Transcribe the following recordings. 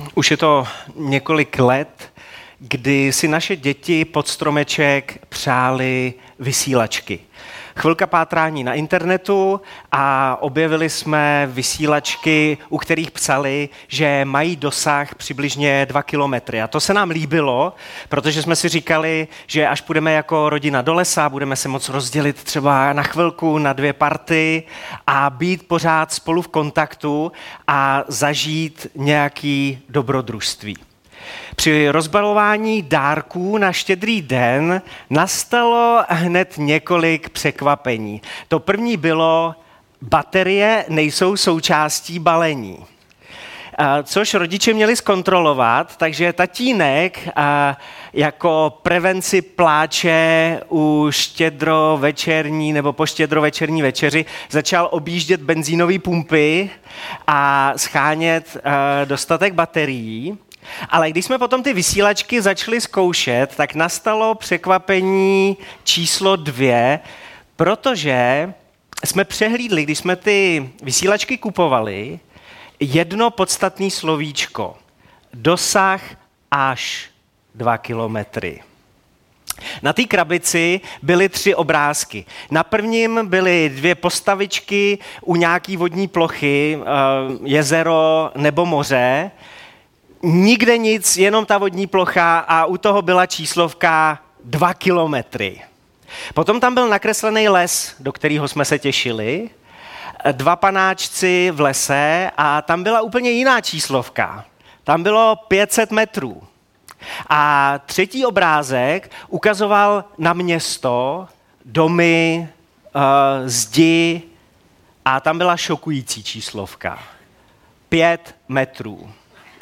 Už je to několik let, kdy si naše děti pod stromeček přáli vysílačky. Chvilka pátrání na internetu a objevili jsme vysílačky, u kterých psali, že mají dosah přibližně 2 kilometry. A to se nám líbilo, protože jsme si říkali, že až půjdeme jako rodina do lesa, budeme se moct rozdělit třeba na chvilku, na 2 party a být pořád spolu v kontaktu a zažít nějaký dobrodružství. Při rozbalování dárků na Štědrý den nastalo hned několik překvapení. To první bylo, baterie nejsou součástí balení. Což rodiče měli zkontrolovat, takže tatínek jako prevenci pláče u štědrovečerní nebo po štědrovečerní večeři začal objíždět benzínové pumpy a schánět dostatek baterií. Ale když jsme potom ty vysílačky začali zkoušet, tak nastalo překvapení číslo 2, protože jsme přehlídli, když jsme ty vysílačky kupovali, jedno podstatné slovíčko. Dosah až 2 kilometry. Na té krabici byly 3 obrázky. Na prvním byly 2 postavičky u nějaký vodní plochy, jezero nebo moře. Nikde nic, jenom ta vodní plocha a u toho byla číslovka 2 kilometry. Potom tam byl nakreslený les, do kterého jsme se těšili, 2 panáčci v lese a tam byla úplně jiná číslovka. Tam bylo 500 metrů. A třetí obrázek ukazoval na město, domy, zdi a tam byla šokující číslovka. 5 metrů.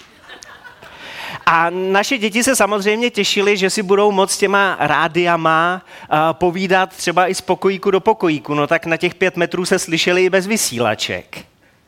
A naše děti se samozřejmě těšily, že si budou moct těma rádiama povídat třeba i z pokojíku do pokojíku. No tak na těch 5 metrů se slyšeli i bez vysílaček.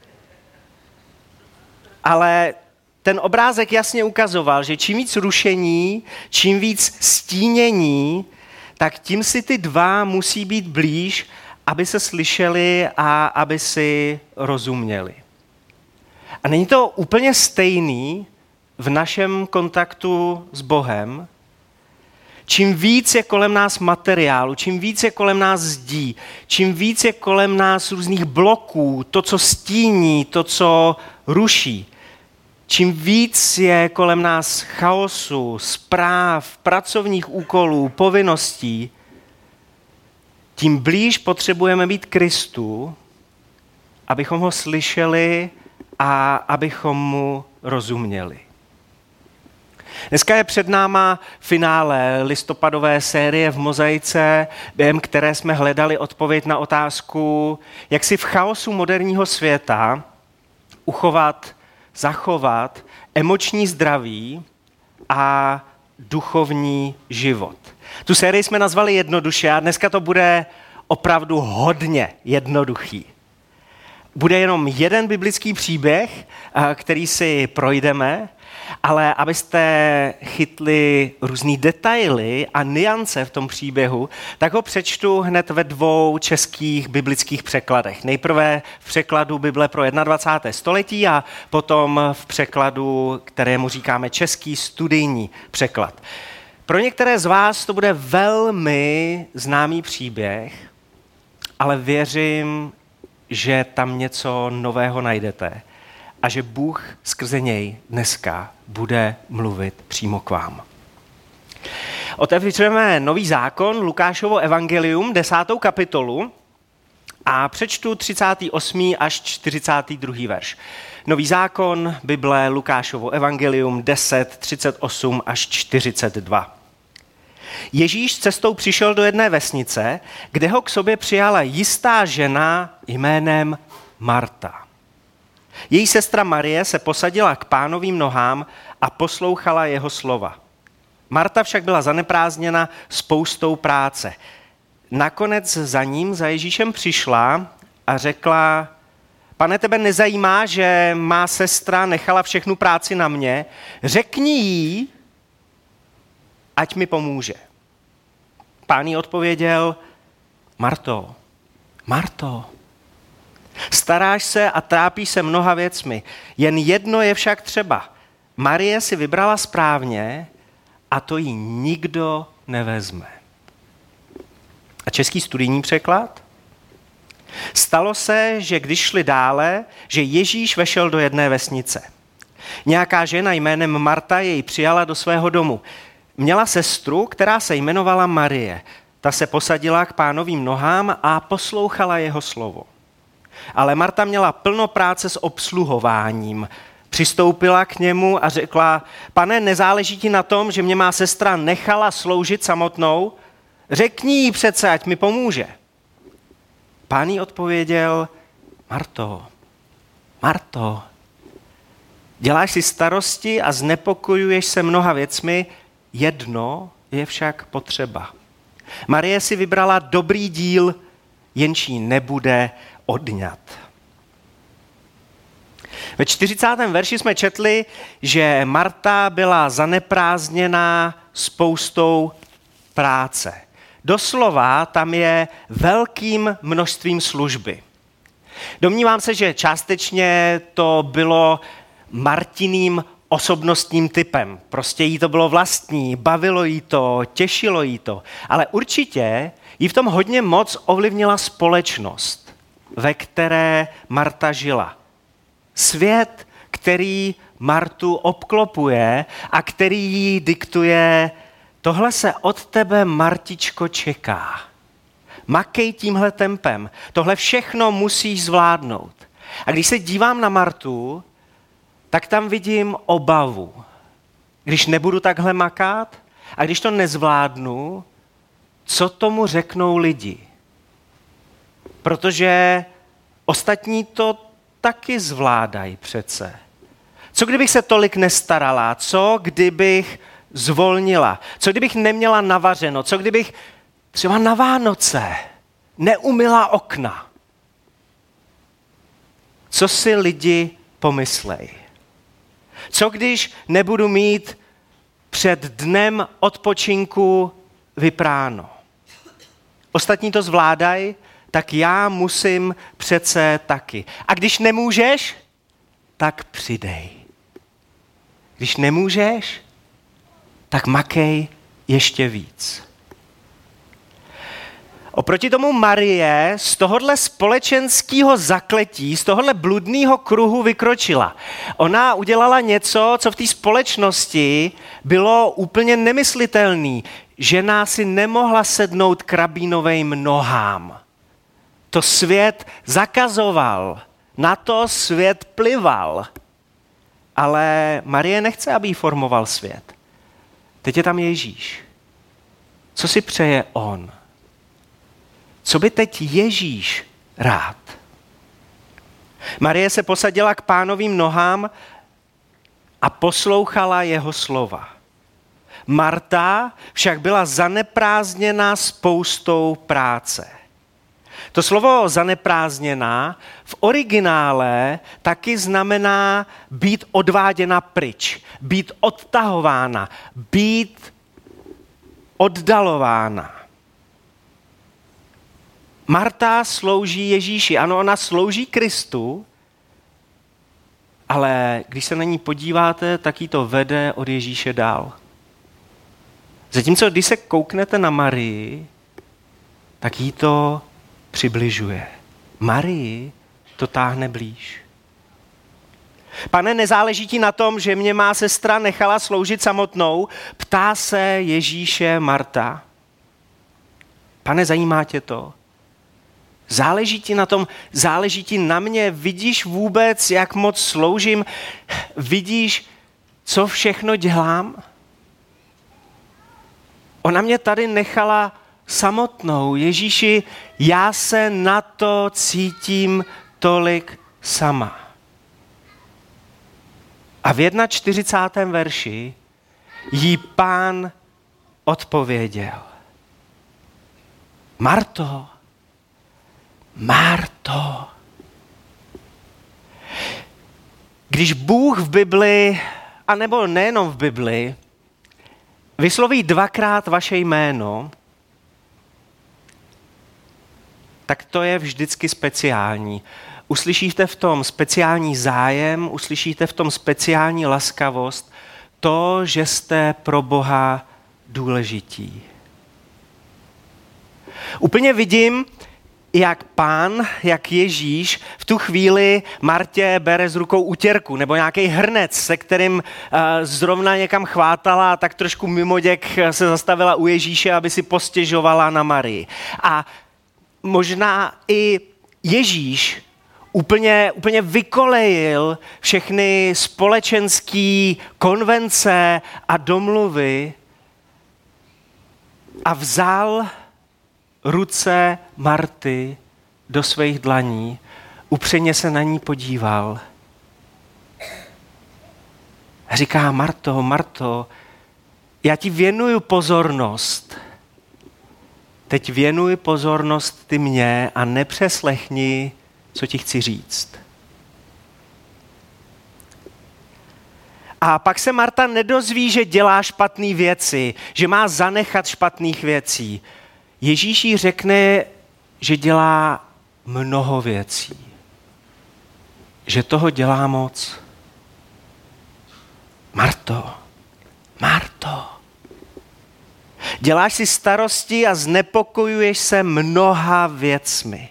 Ale ten obrázek jasně ukazoval, že čím víc rušení, čím víc stínění, tak tím si ty 2 musí být blíž, aby se slyšeli a aby si rozuměli. A není to úplně stejný v našem kontaktu s Bohem. Čím víc je kolem nás materiálu, čím víc je kolem nás zdí, čím víc je kolem nás různých bloků, to, co stíní, to, co ruší, čím víc je kolem nás chaosu, zpráv, pracovních úkolů, povinností, tím blíž potřebujeme být Kristu, abychom ho slyšeli a abychom mu rozuměli. Dneska je před náma finále listopadové série v Mozaice, během které jsme hledali odpověď na otázku, jak si v chaosu moderního světa uchovat, zachovat emoční zdraví a duchovní život. Tu sérii jsme nazvali Jednoduše a dneska to bude opravdu hodně jednoduchý. Bude jenom jeden biblický příběh, který si projdeme, ale abyste chytli různý detaily a nuance v tom příběhu, tak ho přečtu hned ve 2 českých biblických překladech. Nejprve v překladu Bible pro 21. století a potom v překladu, kterému říkáme český studijní překlad. Pro některé z vás to bude velmi známý příběh, ale věřím, že tam něco nového najdete a že Bůh skrze něj dneska bude mluvit přímo k vám. Otevřeme Nový zákon, Lukášovo evangelium, 10. kapitolu a přečtu 38. až 42. verš. Nový zákon, Bible, Lukášovo evangelium, 10, 38 až 42. Ježíš cestou přišel do jedné vesnice, kde ho k sobě přijala jistá žena jménem Marta. Její sestra Marie se posadila k Pánovým nohám a poslouchala jeho slova. Marta však byla zaneprázdněna spoustou práce. Nakonec za Ježíšem přišla a řekla: Pane, tebe nezajímá, že má sestra nechala všechnu práci na mě? Řekni jí, ať mi pomůže. Pán jí odpověděl: Marto, Marto, staráš se a trápíš se mnoha věcmi, jen jedno je však třeba. Marie si vybrala správně a to jí nikdo nevezme. A český studijní překlad? Stalo se, že když šli dále, že Ježíš vešel do jedné vesnice. Nějaká žena jménem Marta jej přijala do svého domu. Měla sestru, která se jmenovala Marie. Ta se posadila k Pánovým nohám a poslouchala jeho slovo. Ale Marta měla plno práce s obsluhováním. Přistoupila k němu a řekla: Pane, nezáleží ti na tom, že mě má sestra nechala sloužit samotnou? Řekni jí přece, ať mi pomůže. Pán jí odpověděl: Marto, děláš si starosti a znepokojuješ se mnoha věcmi, jedno je však potřeba. Marie si vybrala dobrý díl, jenž jí nebude odňat. Ve 40. verši jsme četli, že Marta byla zaneprázdněná spoustou práce. Doslova tam je velkým množstvím služby. Domnívám se, že částečně to bylo Martiným osobnostním typem. Prostě jí to bylo vlastní, bavilo jí to, těšilo jí to. Ale určitě jí v tom hodně moc ovlivnila společnost, ve které Marta žila. Svět, který Martu obklopuje a který jí diktuje: tohle se od tebe, Martičko, čeká. Makej tímhle tempem. Tohle všechno musíš zvládnout. A když se dívám na Martu, tak tam vidím obavu. Když nebudu takhle makat a když to nezvládnu, co tomu řeknou lidi? Protože ostatní to taky zvládají přece. Co kdybych se tolik nestarala? Co kdybych zvolnila? Co kdybych neměla navařeno? Co kdybych třeba na Vánoce neumyla okna? Co si lidi pomyslej? Co když nebudu mít před dnem odpočinku vypráno? Ostatní to zvládají, tak já musím přece taky. A když nemůžeš, tak přidej. Když nemůžeš, tak makej ještě víc. Oproti tomu Marie z tohohle společenského zakletí, z tohohle bludného kruhu vykročila. Ona udělala něco, co v té společnosti bylo úplně nemyslitelné. Žena si nemohla sednout k rabínovým nohám. To svět zakazoval, na to svět plival. Ale Marie nechce, aby jí formoval svět. Teď je tam Ježíš. Co si přeje on? Co by teď Ježíš rád? Marie se posadila k Pánovým nohám a poslouchala jeho slova. Marta však byla zaneprázdněná spoustou práce. To slovo zaneprázdněná v originále taky znamená být odváděna pryč, být odtahována, být oddalována. Marta slouží Ježíši. Ano, ona slouží Kristu, ale když se na ní podíváte, tak jí to vede od Ježíše dál. Zatímco když se kouknete na Marii, tak jí to přibližuje. Marii to táhne blíž. Pane, nezáleží ti na tom, že mě má sestra nechala sloužit samotnou? Ptá se Ježíše Marta. Pane, zajímá tě to? Záleží ti na tom, záleží ti na mě? Vidíš vůbec, jak moc sloužím? Vidíš, co všechno dělám? Ona mě tady nechala samotnou. Ježíši, já se na to cítím tolik sama. A v 41. verši jí Pán odpověděl. Marto, když Bůh v Bibli, anebo nejenom v Bibli, vysloví dvakrát vaše jméno, tak to je vždycky speciální. uslyšíte v tom speciální zájem, uslyšíte v tom speciální laskavost, to, že jste pro Boha důležití. Úplně vidím, jak Pán, jak Ježíš v tu chvíli Martě bere z rukou utěrku nebo nějaký hrnec, se kterým zrovna někam chvátala a tak trošku mimoděk se zastavila u Ježíše, aby si postěžovala na Marii. A možná i Ježíš úplně vykolejil všechny společenské konvence a domluvy a vzal ruce Marty do svých dlaní, upřeně se na ní podíval a říká: Marto, já ti věnuju pozornost. Teď věnuj pozornost ty mně a nepřeslechni, co ti chci říct. A pak se Marta nedozví, že dělá špatné věci, že má zanechat špatných věcí. Ježíš jí řekne, že dělá mnoho věcí. Že toho dělá moc. Marto, děláš si starosti a znepokojuješ se mnoha věcmi.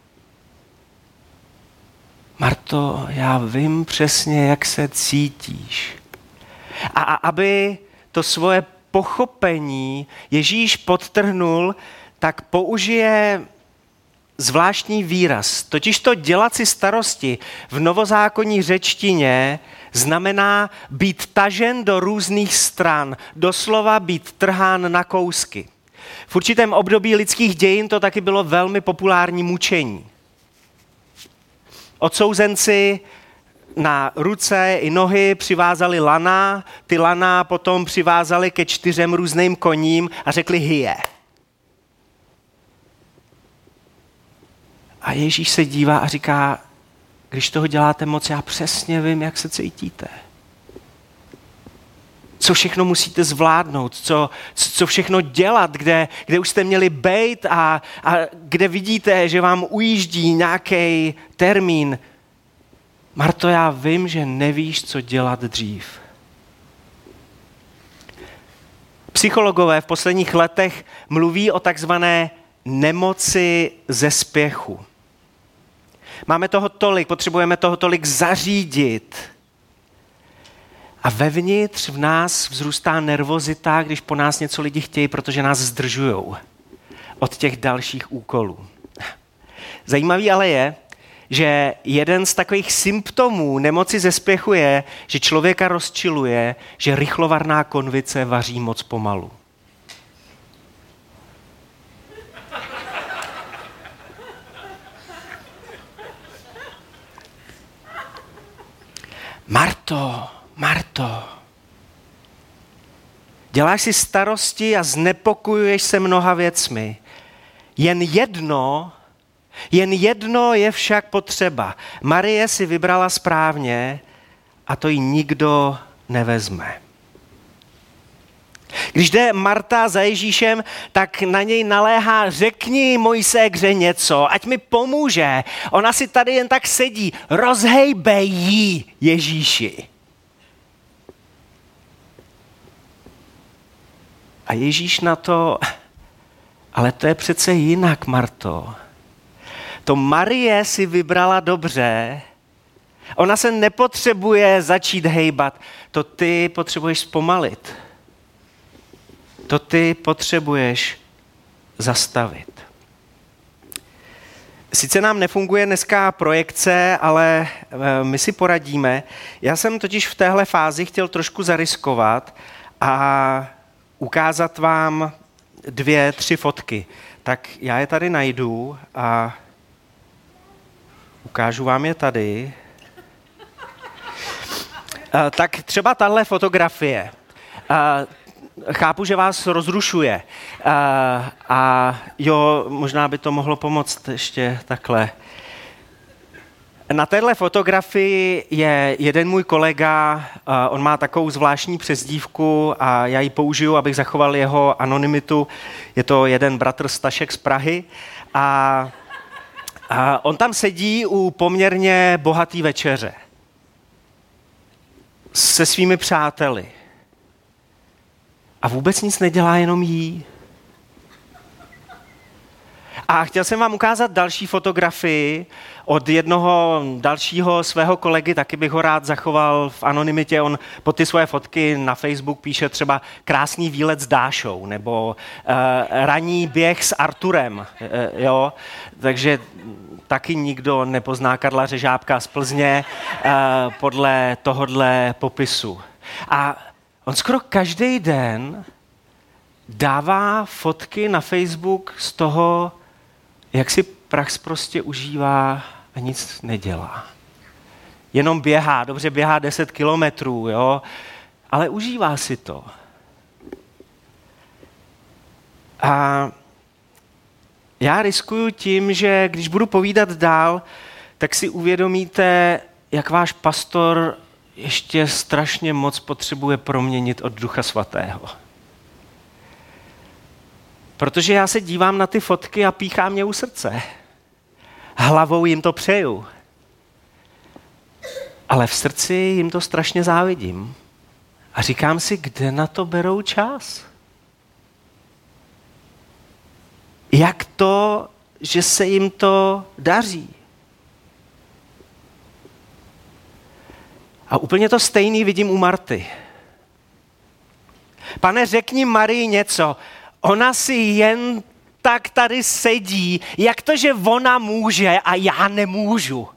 Marto, já vím přesně, jak se cítíš. A aby to svoje pochopení Ježíš podtrhnul, tak použije zvláštní výraz. Totiž to dělat si starosti v novozákonní řečtině znamená být tažen do různých stran, doslova být trhán na kousky. V určitém období lidských dějin to taky bylo velmi populární mučení. Odsouzenci na ruce i nohy přivázali lana, ty lana potom přivázali ke 4 různým koním a řekli hyje. A Ježíš se dívá a říká: když toho děláte moc, já přesně vím, jak se cítíte. Co všechno musíte zvládnout, co všechno dělat, kde už jste měli bejt a kde vidíte, že vám ujíždí nějaký termín. Marto, já vím, že nevíš, co dělat dřív. Psychologové v posledních letech mluví o takzvané nemoci ze spěchu. Máme toho tolik, potřebujeme toho tolik zařídit. A vevnitř v nás vzrůstá nervozita, když po nás něco lidi chtějí, protože nás zdržujou od těch dalších úkolů. Zajímavý ale je, že jeden z takových symptomů nemoci ze spěchu je, že člověka rozčiluje, že rychlovarná konvice vaří moc pomalu. Marto, děláš si starosti a znepokojuješ se mnoha věcmi. Jen jedno je však potřeba. Marie si vybrala správně a to jí nikdo nevezme. Když jde Marta za Ježíšem, tak na něj naléhá: řekni mojí ségře něco, ať mi pomůže. Ona si tady jen tak sedí, rozhejbej jí, Ježíši. A Ježíš na to: ale to je přece jinak, Marto. To Marie si vybrala dobře. Ona se nepotřebuje začít hejbat. To ty potřebuješ zpomalit. To ty potřebuješ zastavit. Sice nám nefunguje dneska projekce, ale my si poradíme. Já jsem totiž v téhle fázi chtěl trošku zariskovat a ukázat vám 2, 3 fotky. Tak já je tady najdu a ukážu vám je tady. Tak třeba tahle fotografie. Chápu, že vás rozrušuje. A jo, možná by to mohlo pomoct ještě takhle. Na téhle fotografii je jeden můj kolega, on má takovou zvláštní přezdívku a já ji použiju, abych zachoval jeho anonymitu. Je to jeden bratr Stašek z Prahy a A on tam sedí u poměrně bohatý večeře se svými přáteli. A vůbec nic nedělá, jenom jí. A chtěl jsem vám ukázat další fotografii od jednoho dalšího svého kolegy, taky bych ho rád zachoval v anonymitě. On pod ty svoje fotky na Facebook píše třeba krásný výlet s Dášou nebo ranní běh s Arturem. Jo? Takže taky nikdo nepozná Karla Řežábka z Plzně podle tohodle popisu. A on skoro každý den dává fotky na Facebook z toho, jak si prax prostě užívá a nic nedělá. Jenom běhá, dobře běhá 10 kilometrů, jo, ale užívá si to. A já riskuju tím, že když budu povídat dál, tak si uvědomíte, jak váš pastor ještě strašně moc potřebuje proměnit od Ducha Svatého. Protože já se dívám na ty fotky a píchá mě u srdce. Hlavou jim to přeju. Ale v srdci jim to strašně závidím. A říkám si, kde na to berou čas? Jak to, že se jim to daří? A úplně to stejný vidím u Marty. Pane, řekni Marii něco. Ona si jen tak tady sedí. Jak to, že ona může a já nemůžu?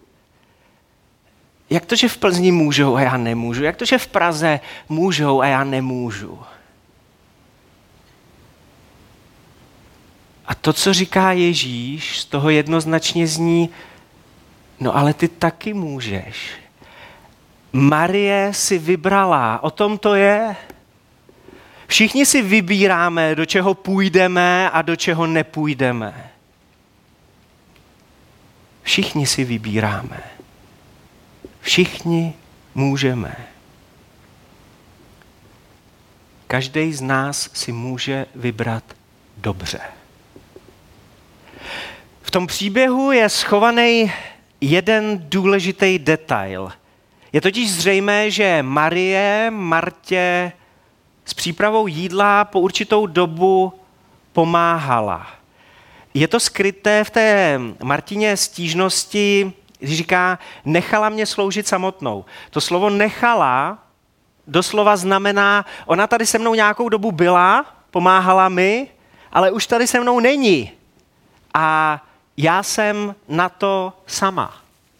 Jak to, že v Plzni můžou a já nemůžu? Jak to, že v Praze můžou a já nemůžu? A to, co říká Ježíš, z toho jednoznačně zní, no ale ty taky můžeš. Marie si vybrala, o tom to je. Všichni si vybíráme, do čeho půjdeme a do čeho nepůjdeme. Všichni si vybíráme. Všichni můžeme. Každý z nás si může vybrat dobře. V tom příběhu je schovaný jeden důležitý detail. Je totiž zřejmé, že Marie Martě s přípravou jídla po určitou dobu pomáhala. Je to skryté v té Martině stížnosti, když říká, nechala mě sloužit samotnou. To slovo nechala doslova znamená, ona tady se mnou nějakou dobu byla, pomáhala mi, ale už tady se mnou není. A já jsem na to sama.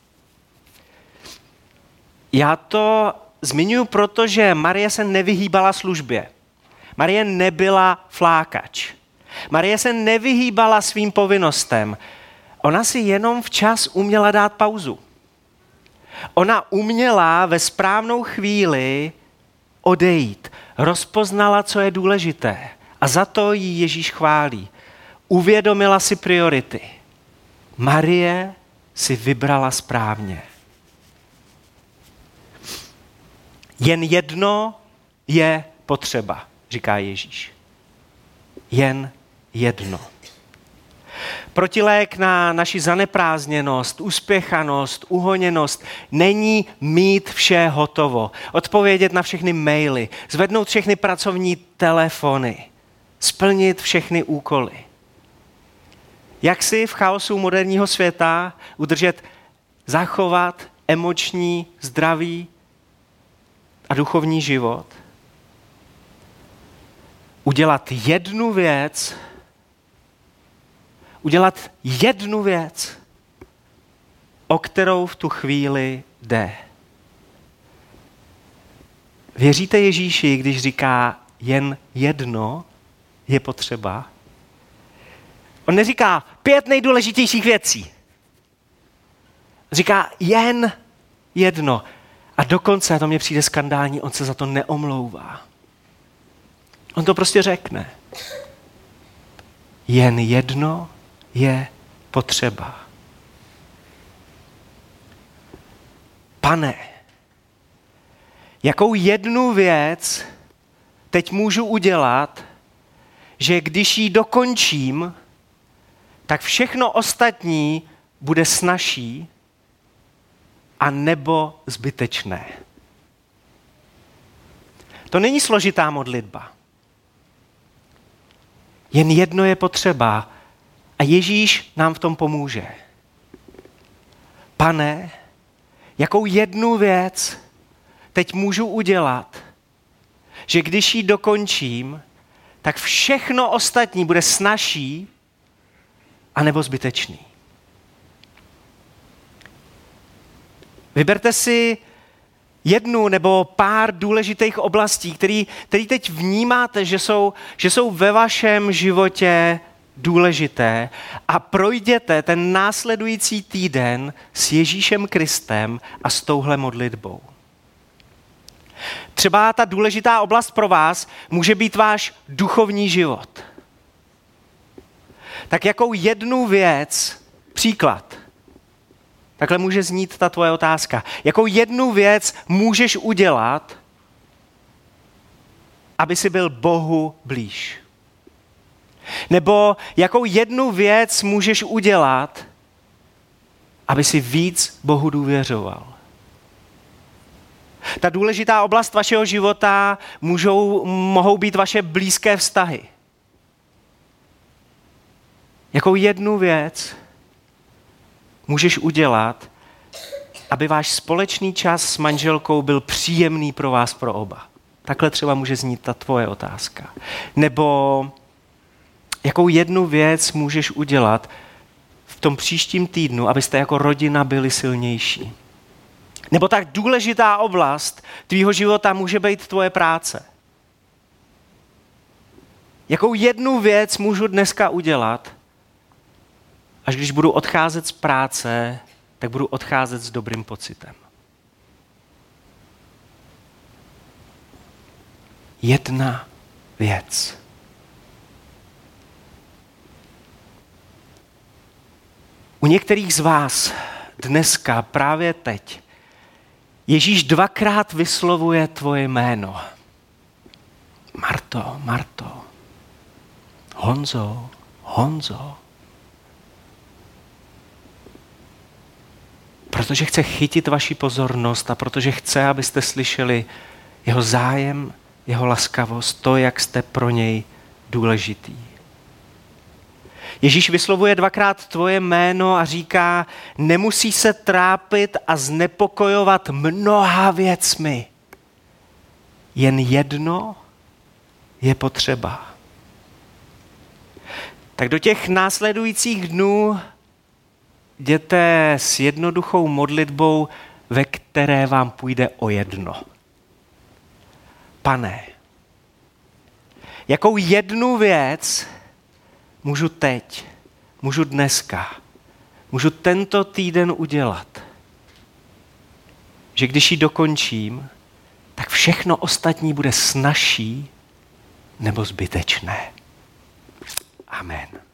Já to zmiňuji proto, že Marie se nevyhýbala službě. Marie nebyla flákač. Marie se nevyhýbala svým povinnostem. Ona si jenom včas uměla dát pauzu. Ona uměla ve správnou chvíli odejít. Rozpoznala, co je důležité. A za to jí Ježíš chválí. Uvědomila si priority. Marie si vybrala správně. Jen jedno je potřeba, říká Ježíš. Jen jedno. Protilék na naši zaneprázdněnost, uspěchanost, uhoněnost není mít vše hotovo, odpovědět na všechny maily, zvednout všechny pracovní telefony, splnit všechny úkoly. Jak si v chaosu moderního světa udržet, zachovat emoční, zdravý a duchovní život? Udělat jednu věc, o kterou v tu chvíli jde. Věříte Ježíši, když říká, jen jedno je potřeba? On neříká 5 nejdůležitějších věcí. Říká jen jedno. A dokonce, a to mně přijde skandální, on se za to neomlouvá. On to prostě řekne. Jen jedno je potřeba. Pane, jakou jednu věc teď můžu udělat, že když ji dokončím, tak všechno ostatní bude snazší a nebo zbytečné. To není složitá modlitba. Jen jedno je potřeba a Ježíš nám v tom pomůže. Pane, jakou jednu věc teď můžu udělat, že když ji dokončím, tak všechno ostatní bude snazší anebo zbytečný. Vyberte si jednu nebo pár důležitých oblastí, které teď vnímáte, že jsou ve vašem životě důležité a projděte ten následující týden s Ježíšem Kristem a s touhle modlitbou. Třeba ta důležitá oblast pro vás může být váš duchovní život. Tak jakou jednu věc, příklad, takhle může znít ta tvoje otázka, jakou jednu věc můžeš udělat, aby si byl Bohu blíž? Nebo jakou jednu věc můžeš udělat, aby si víc Bohu důvěřoval? Ta důležitá oblast vašeho života mohou být vaše blízké vztahy. Jakou jednu věc můžeš udělat, aby váš společný čas s manželkou byl příjemný pro vás, pro oba? Takhle třeba může znít ta tvoje otázka. Nebo jakou jednu věc můžeš udělat v tom příštím týdnu, abyste jako rodina byli silnější? Nebo tak důležitá oblast tvýho života může být tvoje práce. Jakou jednu věc můžu dneska udělat, až když budu odcházet z práce, tak budu odcházet s dobrým pocitem? Jedna věc. U některých z vás dneska, právě teď, Ježíš dvakrát vyslovuje tvoje jméno. Marto, Marto. Honzo, Honzo. Protože chce chytit vaši pozornost a protože chce, abyste slyšeli jeho zájem, jeho laskavost, to, jak jste pro něj důležitý. Ježíš vyslovuje dvakrát tvoje jméno a říká, nemusí se trápit a znepokojovat mnoha věcmi. Jen jedno je potřeba. Tak do těch následujících dnů jděte s jednoduchou modlitbou, ve které vám půjde o jedno. Pane, jakou jednu věc můžu teď, můžu dneska, můžu tento týden udělat, že když ji dokončím, tak všechno ostatní bude snazší nebo zbytečné. Amen.